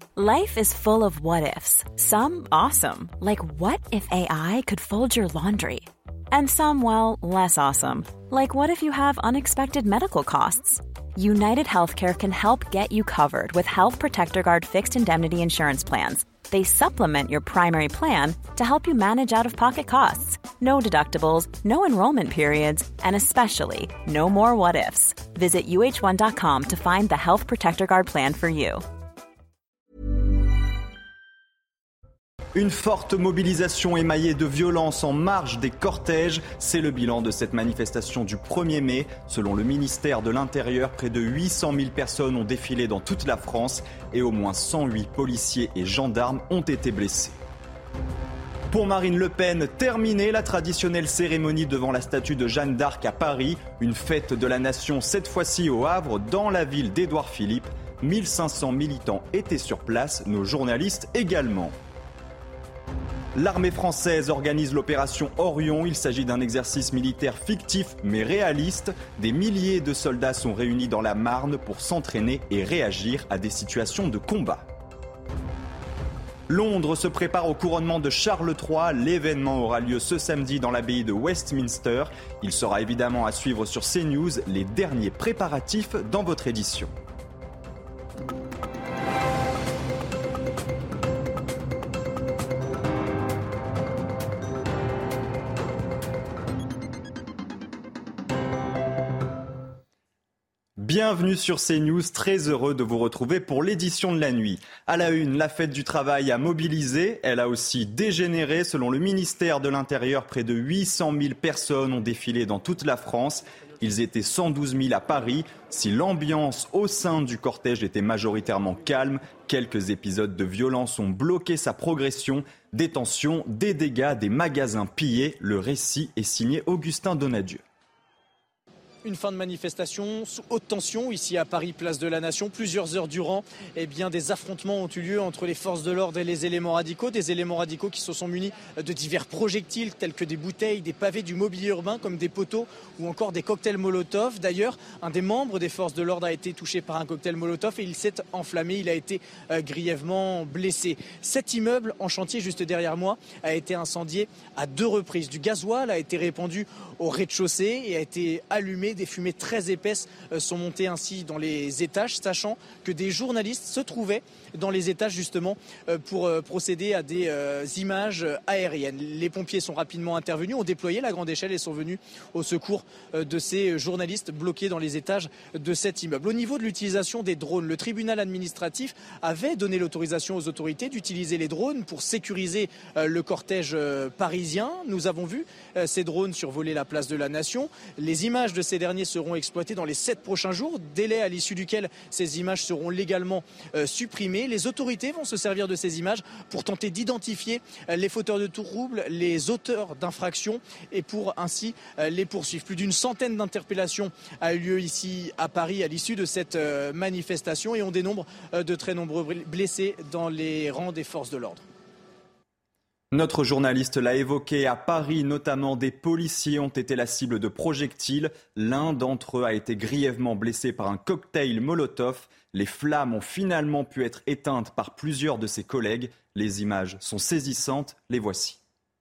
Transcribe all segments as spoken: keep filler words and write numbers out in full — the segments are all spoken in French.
Life is full of what-ifs. Some awesome, like what if A I could fold your laundry? And some, well, less awesome, like what if you have unexpected medical costs? United Healthcare can help get you covered with Health Protector Guard fixed indemnity insurance plans. They supplement your primary plan to help you manage out-of-pocket costs. No deductibles, no enrollment periods, and especially no more what-ifs. Visit U H one dot com to find the Health Protector Guard plan for you. Une forte mobilisation émaillée de violence en marge des cortèges. C'est le bilan de cette manifestation du premier mai. Selon le ministère de l'Intérieur, près de huit cent mille personnes ont défilé dans toute la France et au moins cent huit policiers et gendarmes ont été blessés. Pour Marine Le Pen, terminée la traditionnelle cérémonie devant la statue de Jeanne d'Arc à Paris. Une fête de la nation, cette fois-ci au Havre, dans la ville d'Édouard Philippe. mille cinq cents militants étaient sur place, nos journalistes également. L'armée française organise l'opération Orion. Il s'agit d'un exercice militaire fictif mais réaliste. Des milliers de soldats sont réunis dans la Marne pour s'entraîner et réagir à des situations de combat. Londres se prépare au couronnement de Charles trois. L'événement aura lieu ce samedi dans l'abbaye de Westminster. Il sera évidemment à suivre sur CNews. Les derniers préparatifs dans votre édition. Bienvenue sur CNews, très heureux de vous retrouver pour l'édition de la nuit. À la une, la fête du travail a mobilisé, elle a aussi dégénéré. Selon le ministère de l'Intérieur, près de huit cent mille personnes ont défilé dans toute la France. Ils étaient cent douze mille à Paris. Si l'ambiance au sein du cortège était majoritairement calme, quelques épisodes de violence ont bloqué sa progression. Des tensions, des dégâts, des magasins pillés. Le récit est signé Augustin Donadieu. Une fin de manifestation sous haute tension ici à Paris, place de la Nation. Plusieurs heures durant, eh bien, des affrontements ont eu lieu entre les forces de l'ordre et les éléments radicaux. Des éléments radicaux qui se sont munis de divers projectiles tels que des bouteilles, des pavés, du mobilier urbain comme des poteaux ou encore des cocktails Molotov. D'ailleurs, un des membres des forces de l'ordre a été touché par un cocktail Molotov et il s'est enflammé. Il a été euh, grièvement blessé. Cet immeuble en chantier juste derrière moi a été incendié à deux reprises. Du gasoil a été répandu au rez-de-chaussée et a été allumé. Des fumées très épaisses sont montées ainsi dans les étages, sachant que des journalistes se trouvaient dans les étages justement pour procéder à des images aériennes. Les pompiers sont rapidement intervenus, ont déployé la grande échelle et sont venus au secours de ces journalistes bloqués dans les étages de cet immeuble. Au niveau de l'utilisation des drones, le tribunal administratif avait donné l'autorisation aux autorités d'utiliser les drones pour sécuriser le cortège parisien. Nous avons vu ces drones survoler la place de la Nation. Les images de ces derniers seront exploités dans les sept prochains jours, délai à l'issue duquel ces images seront légalement euh, supprimées. Les autorités vont se servir de ces images pour tenter d'identifier euh, les fauteurs de troubles, les auteurs d'infractions et pour ainsi euh, les poursuivre. Plus d'une centaine d'interpellations a eu lieu ici à Paris à l'issue de cette euh, manifestation et on dénombre euh, de très nombreux blessés dans les rangs des forces de l'ordre. Notre journaliste l'a évoqué, à Paris notamment, des policiers ont été la cible de projectiles. L'un d'entre eux a été grièvement blessé par un cocktail Molotov. Les flammes ont finalement pu être éteintes par plusieurs de ses collègues. Les images sont saisissantes, les voici.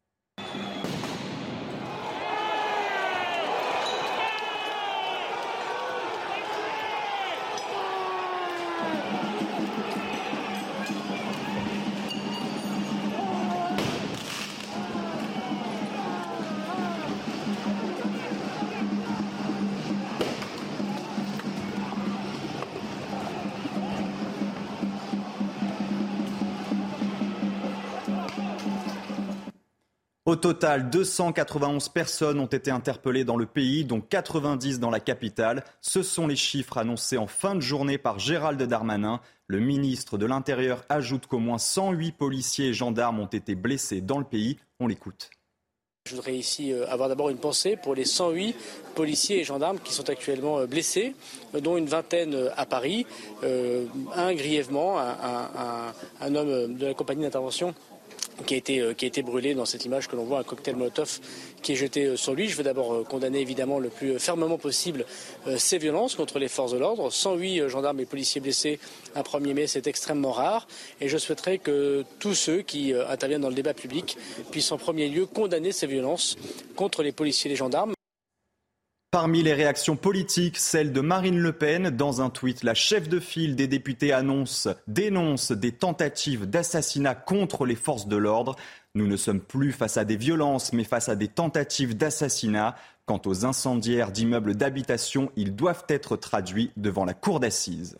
Au total, deux cent quatre-vingt-onze personnes ont été interpellées dans le pays, dont quatre-vingt-dix dans la capitale. Ce sont les chiffres annoncés en fin de journée par Gérald Darmanin. Le ministre de l'Intérieur ajoute qu'au moins cent huit policiers et gendarmes ont été blessés dans le pays. On l'écoute. Je voudrais ici avoir d'abord une pensée pour les cent huit policiers et gendarmes qui sont actuellement blessés, dont une vingtaine à Paris, un grièvement, un, un, un homme de la compagnie d'intervention qui a été, qui a été brûlé dans cette image que l'on voit, un cocktail Molotov qui est jeté sur lui. Je veux d'abord condamner évidemment le plus fermement possible ces violences contre les forces de l'ordre. cent huit gendarmes et policiers blessés un premier mai, c'est extrêmement rare. Et je souhaiterais que tous ceux qui interviennent dans le débat public puissent en premier lieu condamner ces violences contre les policiers et les gendarmes. Parmi les réactions politiques, celle de Marine Le Pen. Dans un tweet, la chef de file des députés annonce, dénonce des tentatives d'assassinat contre les forces de l'ordre. Nous ne sommes plus face à des violences, mais face à des tentatives d'assassinat. Quant aux incendiaires d'immeubles d'habitation, ils doivent être traduits devant la cour d'assises.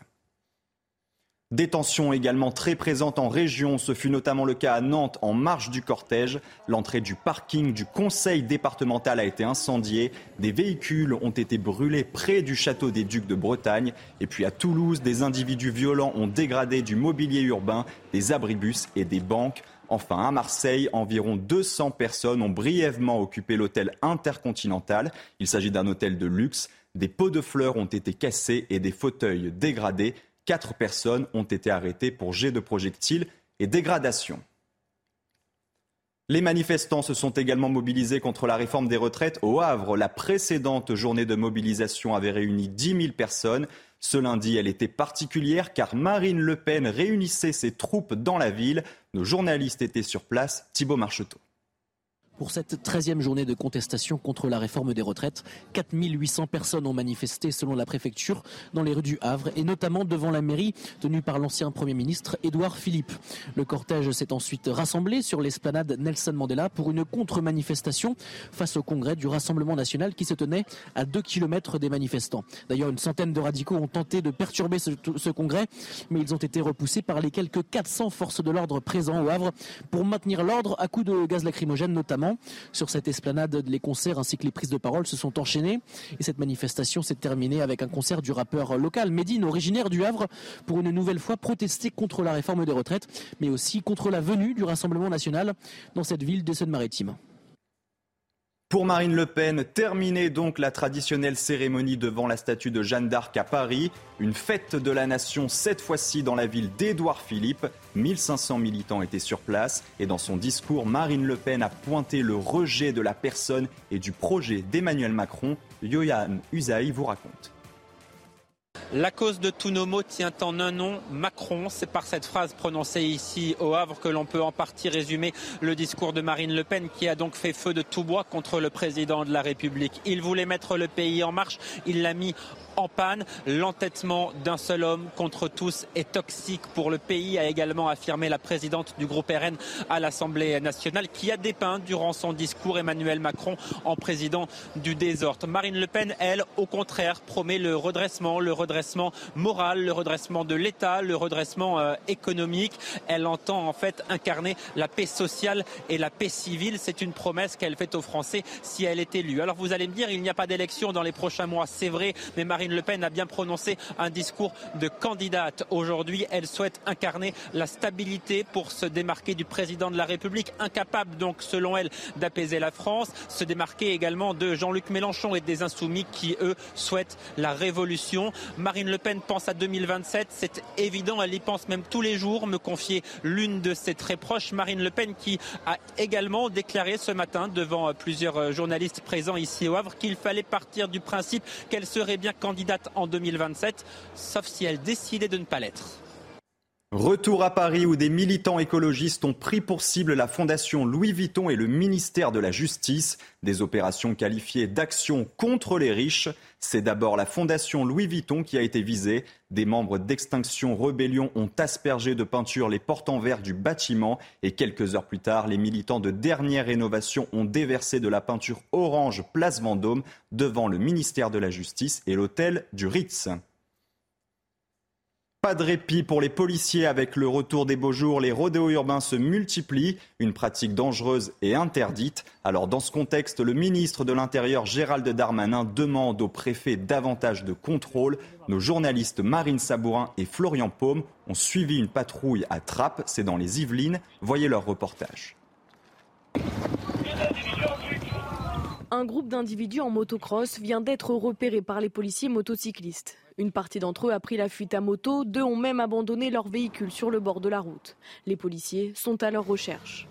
Des tensions également très présentes en région. Ce fut notamment le cas à Nantes en marge du cortège. L'entrée du parking du conseil départemental a été incendiée. Des véhicules ont été brûlés près du château des Ducs de Bretagne. Et puis à Toulouse, des individus violents ont dégradé du mobilier urbain, des abribus et des banques. Enfin, à Marseille, environ deux cents personnes ont brièvement occupé l'hôtel Intercontinental. Il s'agit d'un hôtel de luxe. Des pots de fleurs ont été cassés et des fauteuils dégradés. Quatre personnes ont été arrêtées pour jet de projectiles et dégradation. Les manifestants se sont également mobilisés contre la réforme des retraites au Havre. La précédente journée de mobilisation avait réuni dix mille personnes. Ce lundi, elle était particulière car Marine Le Pen réunissait ses troupes dans la ville. Nos journalistes étaient sur place. Thibaut Marcheteau. Pour cette treizième journée de contestation contre la réforme des retraites, quatre mille huit cents personnes ont manifesté selon la préfecture dans les rues du Havre et notamment devant la mairie tenue par l'ancien Premier ministre Édouard Philippe. Le cortège s'est ensuite rassemblé sur l'esplanade Nelson Mandela pour une contre-manifestation face au congrès du Rassemblement national qui se tenait à deux kilomètres des manifestants. D'ailleurs, une centaine de radicaux ont tenté de perturber ce, ce congrès, mais ils ont été repoussés par les quelques quatre cents forces de l'ordre présents au Havre pour maintenir l'ordre à coups de gaz lacrymogène notamment. Sur cette esplanade, les concerts ainsi que les prises de parole se sont enchaînés et cette manifestation s'est terminée avec un concert du rappeur local Médine, originaire du Havre, pour une nouvelle fois protester contre la réforme des retraites, mais aussi contre la venue du Rassemblement national dans cette ville des Seine-Maritime. Pour Marine Le Pen, terminée donc la traditionnelle cérémonie devant la statue de Jeanne d'Arc à Paris. Une fête de la nation, cette fois-ci dans la ville d'Édouard Philippe. mille cinq cents militants étaient sur place. Et dans son discours, Marine Le Pen a pointé le rejet de la personne et du projet d'Emmanuel Macron. Yoann Usaï vous raconte. La cause de tous nos maux tient en un nom, Macron. C'est par cette phrase prononcée ici au Havre que l'on peut en partie résumer le discours de Marine Le Pen qui a donc fait feu de tout bois contre le président de la République. Il voulait mettre le pays en marche, il l'a mis en panne. L'entêtement d'un seul homme contre tous est toxique pour le pays, a également affirmé la présidente du groupe R N à l'Assemblée nationale qui a dépeint durant son discours Emmanuel Macron en président du désordre. Marine Le Pen, elle, au contraire, promet le redressement, le redressement moral, le redressement de l'État, le redressement euh, économique. Elle entend en fait incarner la paix sociale et la paix civile. C'est une promesse qu'elle fait aux Français si elle est élue. Alors vous allez me dire, il n'y a pas d'élection dans les prochains mois, c'est vrai, mais Marine Le Pen a bien prononcé un discours de candidate. Aujourd'hui, elle souhaite incarner la stabilité pour se démarquer du président de la République, incapable donc selon elle d'apaiser la France, se démarquer également de Jean-Luc Mélenchon et des Insoumis qui eux souhaitent la révolution. Marine Le Pen pense à deux mille vingt-sept, c'est évident, elle y pense même tous les jours, me confiait l'une de ses très proches, Marine Le Pen, qui a également déclaré ce matin devant plusieurs journalistes présents ici au Havre qu'il fallait partir du principe qu'elle serait bien candidate en deux mille vingt-sept, sauf si elle décidait de ne pas l'être. Retour à Paris où des militants écologistes ont pris pour cible la Fondation Louis Vuitton et le ministère de la Justice. Des opérations qualifiées d'actions contre les riches. C'est d'abord la Fondation Louis Vuitton qui a été visée. Des membres d'Extinction Rebellion ont aspergé de peinture les portes en verre du bâtiment. Et quelques heures plus tard, les militants de Dernière Rénovation ont déversé de la peinture orange place Vendôme devant le ministère de la Justice et l'hôtel du Ritz. Pas de répit pour les policiers avec le retour des beaux jours. Les rodéos urbains se multiplient, une pratique dangereuse et interdite. Alors dans ce contexte, le ministre de l'Intérieur Gérald Darmanin demande au préfet davantage de contrôle. Nos journalistes Marine Sabourin et Florian Paume ont suivi une patrouille à Trappes, c'est dans les Yvelines. Voyez leur reportage. Un groupe d'individus en motocross vient d'être repéré par les policiers motocyclistes. Une partie d'entre eux a pris la fuite à moto, deux ont même abandonné leur véhicule sur le bord de la route. Les policiers sont à leur recherche.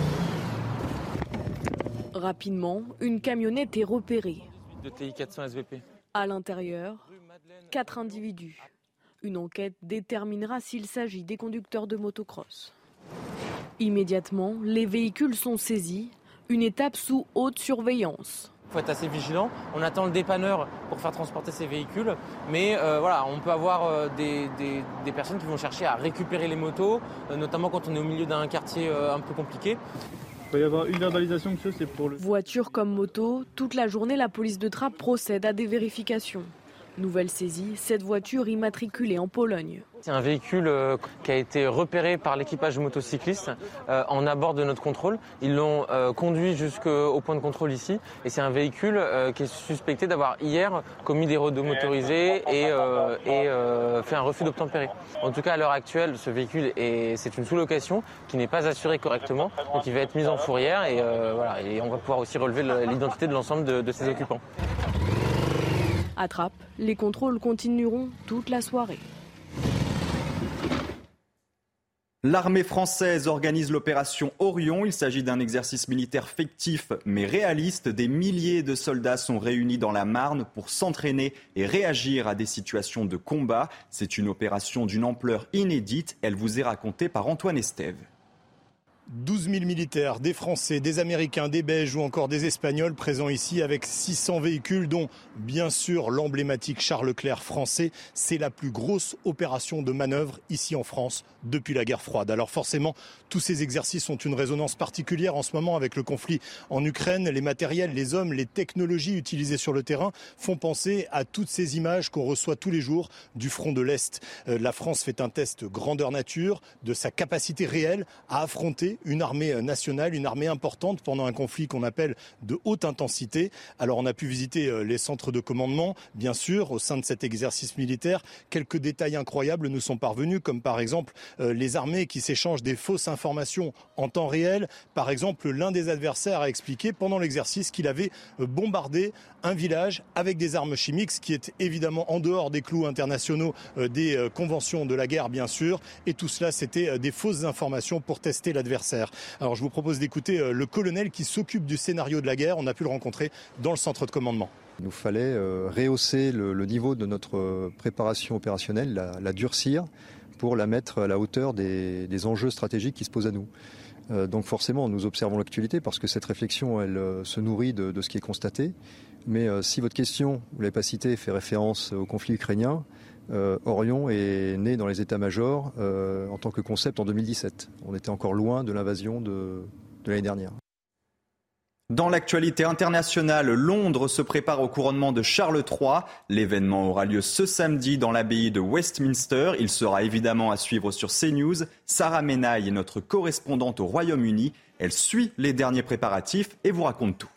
Rapidement, une camionnette est repérée. De T I quatre cents S V P. À l'intérieur, quatre individus. Une enquête déterminera s'il s'agit des conducteurs de motocross. Immédiatement, les véhicules sont saisis, une étape sous haute surveillance. Il faut être assez vigilant. On attend le dépanneur pour faire transporter ces véhicules. Mais euh, voilà, on peut avoir euh, des, des, des personnes qui vont chercher à récupérer les motos, euh, notamment quand on est au milieu d'un quartier euh, un peu compliqué. Il va y avoir une verbalisation, monsieur, c'est pour le... Voiture comme moto, toute la journée, la police de Trappes procède à des vérifications. Nouvelle saisie, cette voiture immatriculée en Pologne. C'est un véhicule euh, qui a été repéré par l'équipage motocycliste euh, en abord de notre contrôle. Ils l'ont euh, conduit jusqu'au point de contrôle ici. Et c'est un véhicule euh, qui est suspecté d'avoir hier commis des rôdos motorisés et, euh, et euh, fait un refus d'obtempérer. En tout cas, à l'heure actuelle, ce véhicule, est, c'est une sous-location qui n'est pas assurée correctement. Donc il va être mis en fourrière et, euh, voilà, et on va pouvoir aussi relever l'identité de l'ensemble de, de ses occupants. À Trappes, les contrôles continueront toute la soirée. L'armée française organise l'opération Orion. Il s'agit d'un exercice militaire fictif mais réaliste. Des milliers de soldats sont réunis dans la Marne pour s'entraîner et réagir à des situations de combat. C'est une opération d'une ampleur inédite. Elle vous est racontée par Antoine Estève. douze mille militaires, des Français, des Américains, des Belges ou encore des Espagnols présents ici avec six cents véhicules dont bien sûr l'emblématique Charles Leclerc français. C'est la plus grosse opération de manœuvre ici en France depuis la guerre froide. Alors forcément, tous ces exercices ont une résonance particulière en ce moment avec le conflit en Ukraine. Les matériels, les hommes, les technologies utilisées sur le terrain font penser à toutes ces images qu'on reçoit tous les jours du front de l'Est. Euh, la France fait un test grandeur nature de sa capacité réelle à affronter une armée nationale, une armée importante pendant un conflit qu'on appelle de haute intensité. Alors on a pu visiter les centres de commandement, bien sûr, au sein de cet exercice militaire. Quelques détails incroyables nous sont parvenus, comme par exemple euh, les armées qui s'échangent des fausses informations en temps réel. Par exemple, l'un des adversaires a expliqué pendant l'exercice qu'il avait bombardé un village avec des armes chimiques, ce qui est évidemment en dehors des clous internationaux euh, des euh, conventions de la guerre, bien sûr. Et tout cela, c'était euh, des fausses informations pour tester l'adversaire. Alors je vous propose d'écouter euh, le colonel qui s'occupe du scénario de la guerre. On a pu le rencontrer dans le centre de commandement. Il nous fallait euh, rehausser le, le niveau de notre euh, préparation opérationnelle, la, la durcir pour la mettre à la hauteur des, des enjeux stratégiques qui se posent à nous. Euh, donc forcément, nous observons l'actualité parce que cette réflexion, elle euh, se nourrit de, de ce qui est constaté. Mais euh, si votre question, vous ne l'avez pas citée, fait référence au conflit ukrainien, euh, Orion est né dans les états-majors euh, en tant que concept en deux mille dix-sept. On était encore loin de l'invasion de, de l'année dernière. Dans l'actualité internationale, Londres se prépare au couronnement de Charles trois. L'événement aura lieu ce samedi dans l'abbaye de Westminster. Il sera évidemment à suivre sur CNews. Sarah Menaille est notre correspondante au Royaume-Uni. Elle suit les derniers préparatifs et vous raconte tout.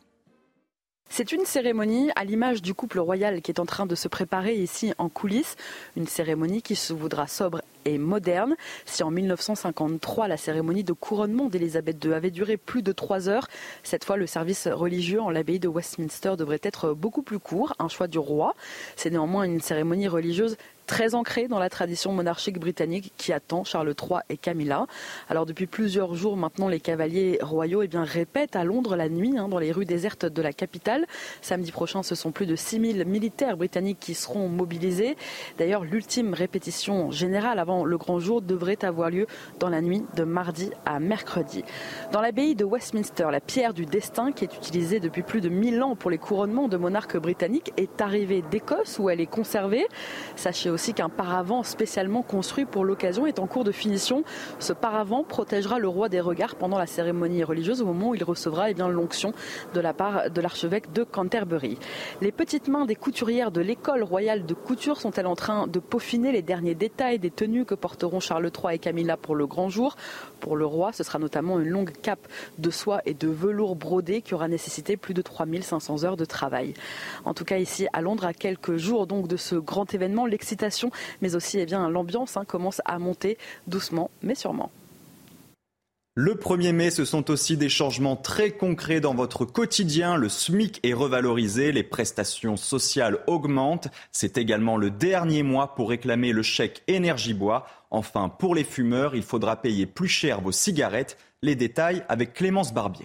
C'est une cérémonie à l'image du couple royal qui est en train de se préparer ici en coulisses. Une cérémonie qui se voudra sobre et moderne. Si en mille neuf cent cinquante-trois, la cérémonie de couronnement d'Élisabeth deux avait duré plus de trois heures, cette fois le service religieux en l'abbaye de Westminster devrait être beaucoup plus court, un choix du roi. C'est néanmoins une cérémonie religieuse très ancrée dans la tradition monarchique britannique qui attend Charles trois et Camilla. Alors depuis plusieurs jours maintenant, les cavaliers royaux eh bien, répètent à Londres la nuit hein, dans les rues désertes de la capitale. Samedi prochain, ce sont plus de six mille militaires britanniques qui seront mobilisés. D'ailleurs, l'ultime répétition générale avant le grand jour devrait avoir lieu dans la nuit de mardi à mercredi. Dans l'abbaye de Westminster, la pierre du destin qui est utilisée depuis plus de mille ans pour les couronnements de monarques britanniques est arrivée d'Écosse où elle est conservée. Sachez aussi qu'un paravent spécialement construit pour l'occasion est en cours de finition. Ce paravent protégera le roi des regards pendant la cérémonie religieuse au moment où il recevra eh bien, l'onction de la part de l'archevêque de Canterbury. Les petites mains des couturières de l'école royale de couture sont-elles en train de peaufiner les derniers détails des tenues que porteront Charles trois et Camilla pour le grand jour. Pour le roi, ce sera notamment une longue cape de soie et de velours brodé qui aura nécessité plus de trois mille cinq cents heures de travail. En tout cas ici à Londres, à quelques jours donc de ce grand événement, l'excitation mais aussi eh bien, l'ambiance hein, commence à monter doucement mais sûrement. Le premier mai, ce sont aussi des changements très concrets dans votre quotidien. Le SMIC est revalorisé, les prestations sociales augmentent. C'est également le dernier mois pour réclamer le chèque énergie-bois. Enfin, pour les fumeurs, il faudra payer plus cher vos cigarettes. Les détails avec Clémence Barbier.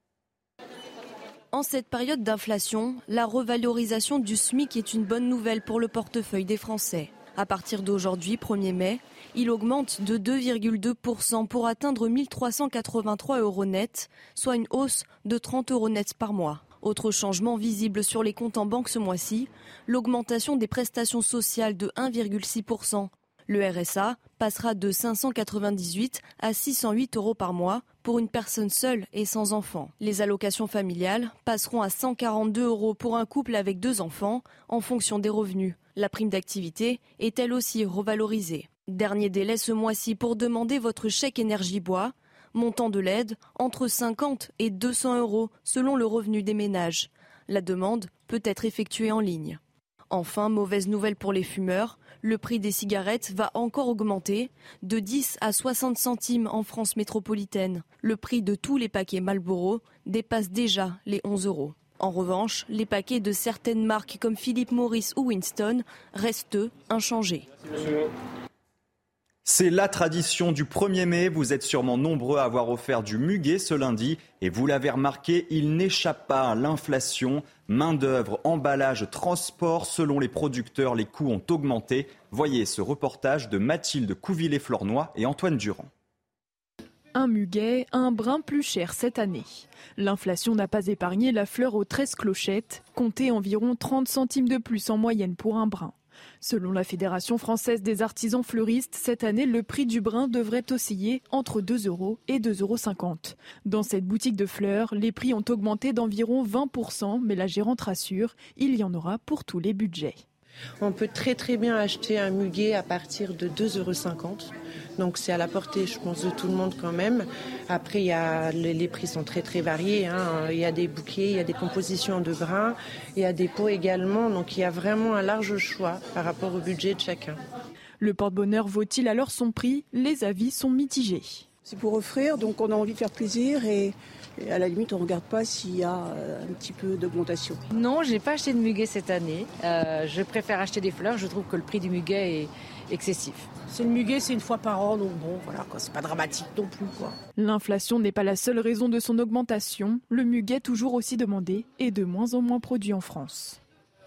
En cette période d'inflation, la revalorisation du SMIC est une bonne nouvelle pour le portefeuille des Français. À partir d'aujourd'hui, premier mai, il augmente de deux virgule deux pour cent pour atteindre mille trois cent quatre-vingt-trois euros net, soit une hausse de trente euros net par mois. Autre changement visible sur les comptes en banque ce mois-ci, l'augmentation des prestations sociales de un virgule six pour cent. Le R S A passera de cinq cent quatre-vingt-dix-huit à six cent huit euros par mois pour une personne seule et sans enfant. Les allocations familiales passeront à cent quarante-deux euros pour un couple avec deux enfants en fonction des revenus. La prime d'activité est elle aussi revalorisée. Dernier délai ce mois-ci pour demander votre chèque énergie-bois. Montant de l'aide entre cinquante et deux cents euros selon le revenu des ménages. La demande peut être effectuée en ligne. Enfin, mauvaise nouvelle pour les fumeurs, le prix des cigarettes va encore augmenter de dix à soixante centimes en France métropolitaine. Le prix de tous les paquets Marlboro dépasse déjà les onze euros. En revanche, les paquets de certaines marques comme Philip Morris ou Winston restent, eux, inchangés. C'est la tradition du premier mai. Vous êtes sûrement nombreux à avoir offert du muguet ce lundi. Et vous l'avez remarqué, il n'échappe pas à l'inflation. Main-d'œuvre, emballage, transport. Selon les producteurs, les coûts ont augmenté. Voyez ce reportage de Mathilde Couvillé-Flornoy et Antoine Durand. Un muguet, un brin plus cher cette année. L'inflation n'a pas épargné la fleur aux treize clochettes, comptez environ trente centimes de plus en moyenne pour un brin. Selon la Fédération française des artisans fleuristes, cette année, le prix du brin devrait osciller entre deux euros et deux euros cinquante. Dans cette boutique de fleurs, les prix ont augmenté d'environ vingt pour cent, mais la gérante rassure, il y en aura pour tous les budgets. On peut très très bien acheter un muguet à partir de deux euros cinquante. Donc c'est à la portée, je pense, de tout le monde quand même. Après, il y a, les, les prix sont très très variés. Hein. Il y a des bouquets, il y a des compositions de brins, il y a des pots également. Donc il y a vraiment un large choix par rapport au budget de chacun. Le porte-bonheur vaut-il alors son prix ? Les avis sont mitigés. C'est pour offrir, donc on a envie de faire plaisir et, et à la limite on ne regarde pas s'il y a un petit peu d'augmentation. Non, je n'ai pas acheté de muguet cette année. Euh, je préfère acheter des fleurs. Je trouve que le prix du muguet est excessif. C'est le muguet, c'est une fois par an, donc bon, voilà, quoi, c'est pas dramatique non plus, quoi. L'inflation n'est pas la seule raison de son augmentation. Le muguet, toujours aussi demandé, est de moins en moins produit en France.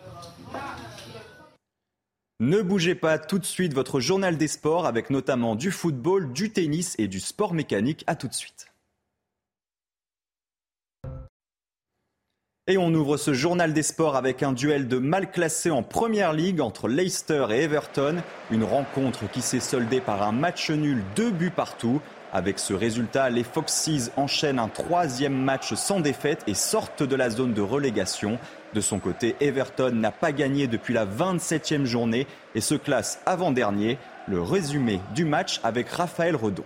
Ne bougez pas, tout de suite votre journal des sports avec notamment du football, du tennis et du sport mécanique. À tout de suite. Et on ouvre ce journal des sports avec un duel de mal classés en Première Ligue entre Leicester et Everton. Une rencontre qui s'est soldée par un match nul, deux buts partout. Avec ce résultat, les Foxes enchaînent un troisième match sans défaite et sortent de la zone de relégation. De son côté, Everton n'a pas gagné depuis la vingt-septième journée et se classe avant-dernier. Le résumé du match avec Raphaël Redon.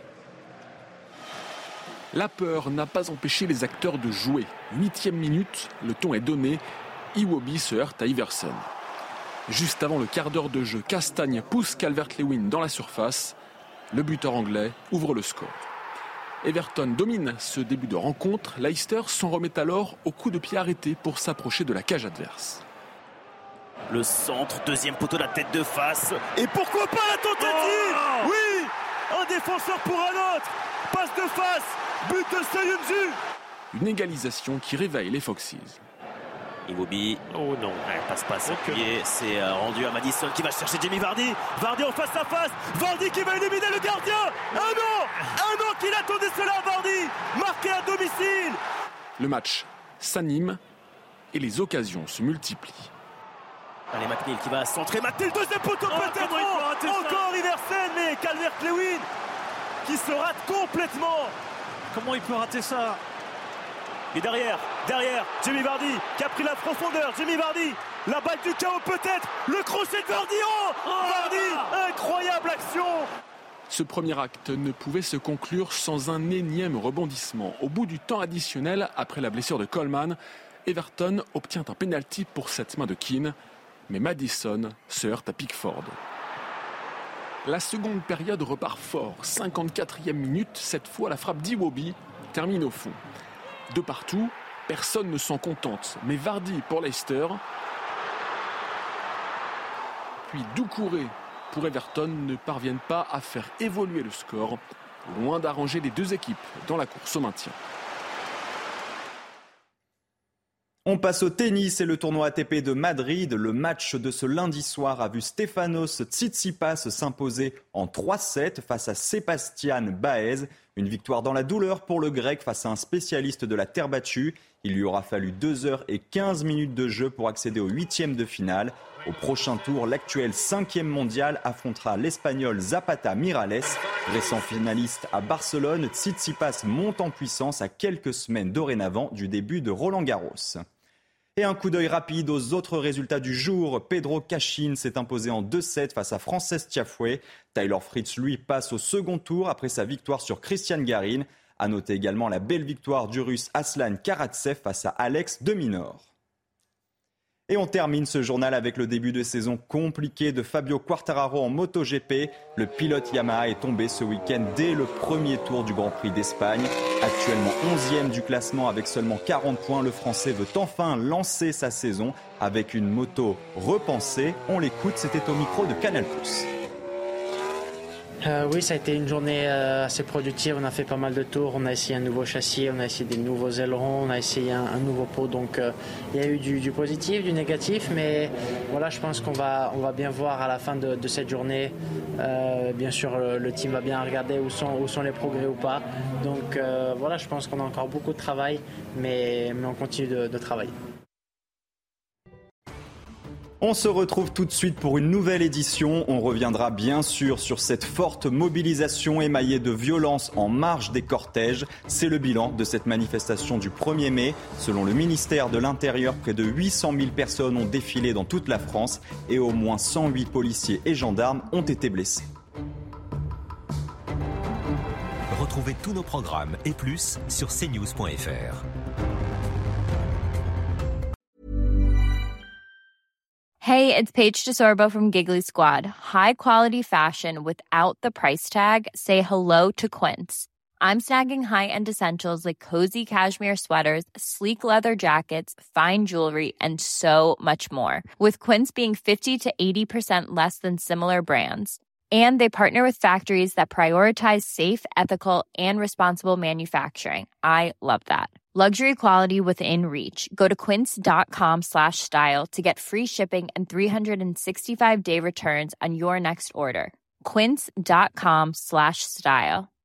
La peur n'a pas empêché les acteurs de jouer. Huitième minute, le ton est donné. Iwobi se heurte à Iversen. Juste avant le quart d'heure de jeu, Castagne pousse Calvert-Lewin dans la surface. Le buteur anglais ouvre le score. Everton domine ce début de rencontre. Leicester s'en remet alors au coup de pied arrêté pour s'approcher de la cage adverse. Le centre, deuxième poteau, la tête de face. Et pourquoi pas la tentative ? Oh oui, un défenseur pour un autre. Passe de face, but de Soyuncu. Une égalisation qui réveille les Foxes. Iwobi, oh non, elle passe pas à s'appuyer, c'est rendu à Madison qui va chercher Jamie Vardy. Vardy en face à face, Vardy qui va éliminer le gardien. Un an, un an qu'il attendait cela, Vardy, marqué à domicile. Le match s'anime et les occasions se multiplient. Allez, McNeil qui va centrer, McNeil, deuxième poteau oh, peut-être, oh, encore Iversen, mais Calvert-Lewin qui se rate complètement. Comment il peut rater ça ? Et derrière, derrière, Jamie Vardy qui a pris la profondeur. Jamie Vardy, la balle du chaos peut-être. Le crochet de Vardy, oh, oh Vardy, incroyable action. Ce premier acte ne pouvait se conclure sans un énième rebondissement. Au bout du temps additionnel, après la blessure de Coleman, Everton obtient un pénalty pour cette main de Keane. Mais Madison se heurte à Pickford. La seconde période repart fort. cinquante-quatrième minute, cette fois la frappe d'Iwobi termine au fond. De partout, personne ne s'en contente. Mais Vardy pour Leicester, puis Doucouré pour Everton ne parviennent pas à faire évoluer le score, loin d'arranger les deux équipes dans la course au maintien. On passe au tennis et le tournoi A T P de Madrid. Le match de ce lundi soir a vu Stefanos Tsitsipas s'imposer en trois sept face à Sébastien Baez. Une victoire dans la douleur pour le Grec face à un spécialiste de la terre battue. Il lui aura fallu deux heures et quinze minutes de jeu pour accéder au huitième de finale. Au prochain tour, l'actuel cinquième mondial affrontera l'Espagnol Zapata Miralles. Récent finaliste à Barcelone, Tsitsipas monte en puissance à quelques semaines dorénavant du début de Roland-Garros. Et un coup d'œil rapide aux autres résultats du jour. Pedro Cachin s'est imposé en deux sept face à Frances Tiafoe. Taylor Fritz, lui, passe au second tour après sa victoire sur Christian Garin. À noter également la belle victoire du Russe Aslan Karatsev face à Alex de Minaur. Et on termine ce journal avec le début de saison compliqué de Fabio Quartararo en MotoGP. Le pilote Yamaha est tombé ce week-end dès le premier tour du Grand Prix d'Espagne. Actuellement onzième du classement avec seulement quarante points, le Français veut enfin lancer sa saison avec une moto repensée. On l'écoute, c'était au micro de Canal plus. Euh, oui, ça a été une journée euh, assez productive. On a fait pas mal de tours. On a essayé un nouveau châssis, on a essayé des nouveaux ailerons, on a essayé un, un nouveau pot. Donc, euh, il y a eu du, du positif, du négatif. Mais voilà, je pense qu'on va, on va bien voir à la fin de, de cette journée. Euh, bien sûr, le, le team va bien regarder où sont, où sont les progrès ou pas. Donc, euh, voilà, je pense qu'on a encore beaucoup de travail, mais, mais on continue de, de travailler. On se retrouve tout de suite pour une nouvelle édition. On reviendra bien sûr sur cette forte mobilisation émaillée de violence en marge des cortèges. C'est le bilan de cette manifestation du premier mai. Selon le ministère de l'Intérieur, près de huit cent mille personnes ont défilé dans toute la France et au moins cent huit policiers et gendarmes ont été blessés. Retrouvez tous nos programmes et plus sur c news point f r. Hey, it's Paige DeSorbo from Giggly Squad. High quality fashion without the price tag. Say hello to Quince. I'm snagging high-end essentials like cozy cashmere sweaters, sleek leather jackets, fine jewelry, and so much more. With Quince being fifty to eighty percent less than similar brands. And they partner with factories that prioritize safe, ethical, and responsible manufacturing. I love that. Luxury quality within reach. Go to quince.com slash style to get free shipping and three sixty-five day returns on your next order. Quince.com slash style.